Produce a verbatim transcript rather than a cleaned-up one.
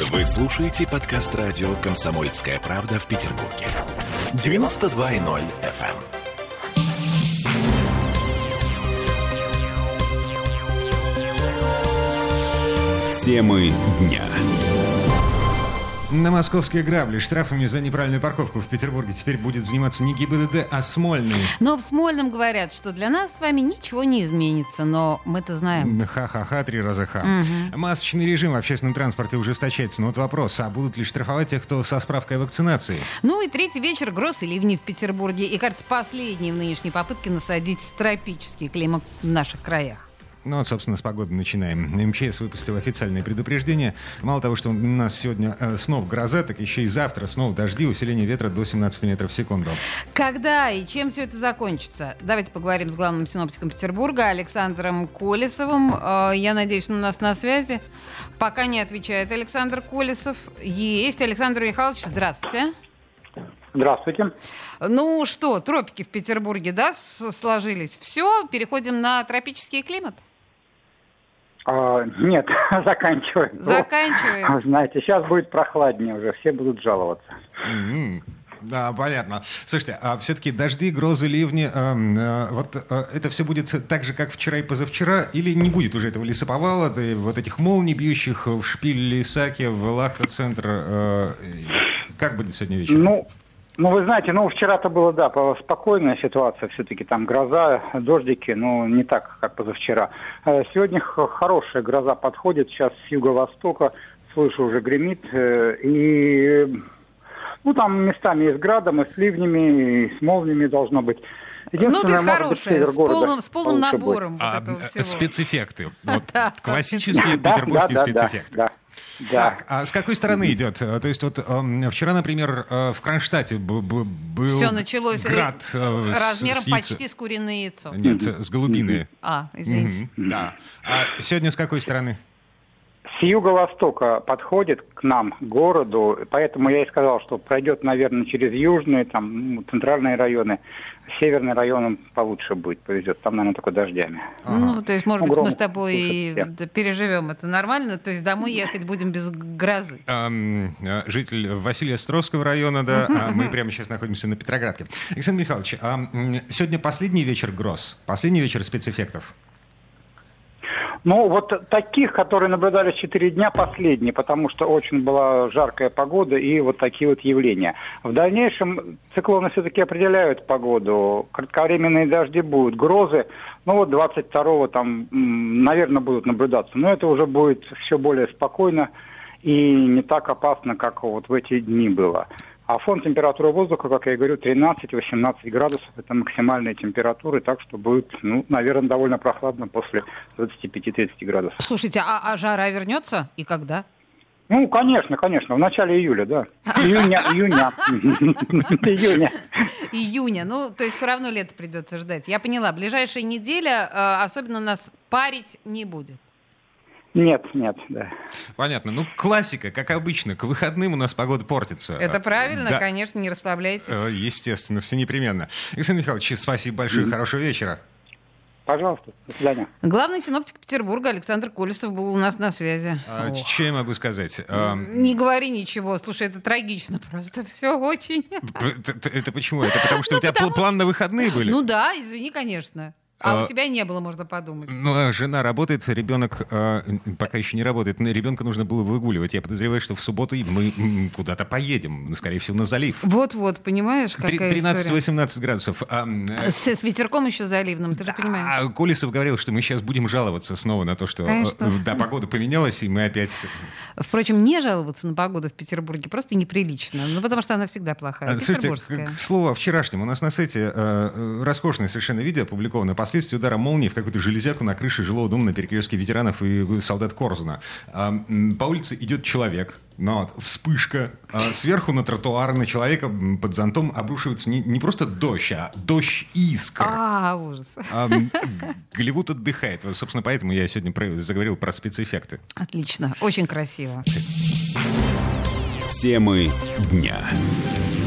Вы слушаете подкаст радио «Комсомольская правда» в Петербурге. девяносто два и ноль эф эм. Темы дня. На московские грабли штрафами за неправильную парковку в Петербурге теперь будет заниматься не ГИБДД, а Смольный. Но в Смольном говорят, что для нас с вами ничего не изменится, но мы-то знаем. Ха-ха-ха, три раза ха. Угу. Масочный режим в общественном транспорте ужесточается. Но вот вопрос, а будут ли штрафовать тех, кто со справкой о вакцинации? Ну и третий вечер, гроз и ливни в Петербурге. И, кажется, последние в нынешней попытке насадить тропический климат в наших краях. Ну вот, собственно, с погоды начинаем. эм че эс выпустил официальное предупреждение. Мало того, что у нас сегодня э, снова гроза, так еще и завтра снова дожди, усиление ветра до семнадцати метров в секунду. Когда и чем все это закончится? Давайте поговорим с главным синоптиком Петербурга Александром Колесовым. Э, я надеюсь, он у нас на связи. Пока не отвечает Александр Колесов. Есть. Александр Михайлович, здравствуйте. Здравствуйте. Ну что, тропики в Петербурге, да, сложились? Все, переходим на тропический климат? А, нет, заканчивается. Заканчивается. Знаете, сейчас будет прохладнее уже, все будут жаловаться. Mm-hmm. Да, понятно. Слушайте, а все-таки дожди, грозы, ливни, э, э, вот э, это все будет так же, как вчера и позавчера, или не будет уже этого лесоповала, да, и вот этих молний, бьющих в Шпиль, Лисаке, в Лахта-центр? Э, как будет сегодня вечером? Ну, ну, вы знаете, ну, вчера-то было, да, спокойная ситуация, все-таки там гроза, дождики, но не так, как позавчера. Сегодня хорошая гроза подходит, сейчас с юго-востока, слышу, уже гремит, и... Ну, там местами и с градом, и с ливнями, и с молниями должно быть. Ну, то есть хорошее, с полным, с полным набором вот а, этого всего. Спецэффекты. Вот, классические петербургские да, спецэффекты. Да, да, да. Так, а с какой стороны идет? То есть вот э, вчера, например, э, в Кронштадте б- б- был Все началось град э, размером с, с почти с куриное яйцо. Нет, с голубиные. А, извините. Mm-hmm. Да. А сегодня с какой стороны? С юго-востока подходит к нам, к городу, поэтому я и сказал, что пройдет, наверное, через южные, там, ну, центральные районы, северные районы получше будет, повезет, там, наверное, только дождями. Ага. Ну, то есть, может ну, быть, мы с тобой и переживем это нормально, то есть домой ехать будем без грозы. Эм, житель Василия Островского района, да, а мы прямо сейчас находимся на Петроградке. Александр Михайлович, а сегодня последний вечер гроз, последний вечер спецэффектов? Ну, вот таких, которые наблюдались четыре дня, последние, потому что очень была жаркая погода и вот такие вот явления. В дальнейшем циклоны все-таки определяют погоду. Кратковременные дожди будут, грозы. Ну, вот двадцать второго там, наверное, будут наблюдаться. Но это уже будет все более спокойно и не так опасно, как вот в эти дни было. А фон температуры воздуха, как я и говорю, тринадцать-восемнадцать градусов. Это максимальные температуры, так что будет, ну, наверное, довольно прохладно после двадцати пяти тридцати градусов. Слушайте, а, а жара вернется и когда? Ну, конечно, конечно, в начале июля, да. Июня, июня. Июня. Июня, ну, то есть все равно лето придется ждать. Я поняла, ближайшая неделя особенно нас парить не будет. Нет, нет, да. Понятно. Ну, классика, как обычно. К выходным у нас погода портится. Это правильно, да. Конечно, не расслабляйтесь. Естественно, все непременно. Александр Михайлович, спасибо большое, mm-hmm. хорошего вечера. Пожалуйста, до свидания. Главный синоптик Петербурга Александр Колесов был у нас на связи. А, что я могу сказать? Не говори ничего. Слушай, это трагично просто. Все очень. Это, это почему? Это потому что ну, у тебя потому... план на выходные были? Ну да, извини, конечно. А, а у тебя не было, можно подумать. Ну, жена работает, ребенок э, пока еще не работает. Ребенка нужно было выгуливать. Я подозреваю, что в субботу мы куда-то поедем, скорее всего, на залив. Вот-вот, понимаешь, какая тринадцать-восемнадцать градусов. А, с, с ветерком еще заливным, ты да, же понимаешь. А Колесов говорил, что мы сейчас будем жаловаться снова на то, что Конечно. да, погода поменялась, и мы опять... Впрочем, не жаловаться на погоду в Петербурге просто неприлично. Ну, потому что она всегда плохая. Слушайте, к, к слову о вчерашнем. У нас на сайте э, роскошное совершенно видео опубликовано. Последствия удара молнии в какую-то железяку на крыше жилого дома на перекрестке ветеранов и солдат Корзуна. А, по улице идет человек. Но вот, вспышка. А, сверху на тротуар на человека под зонтом обрушивается не, не просто дождь, а дождь искр. А, ужас. А, Голливуд отдыхает. Вот, собственно, поэтому я сегодня про, заговорил про спецэффекты. Отлично. Очень красиво. Темы дня.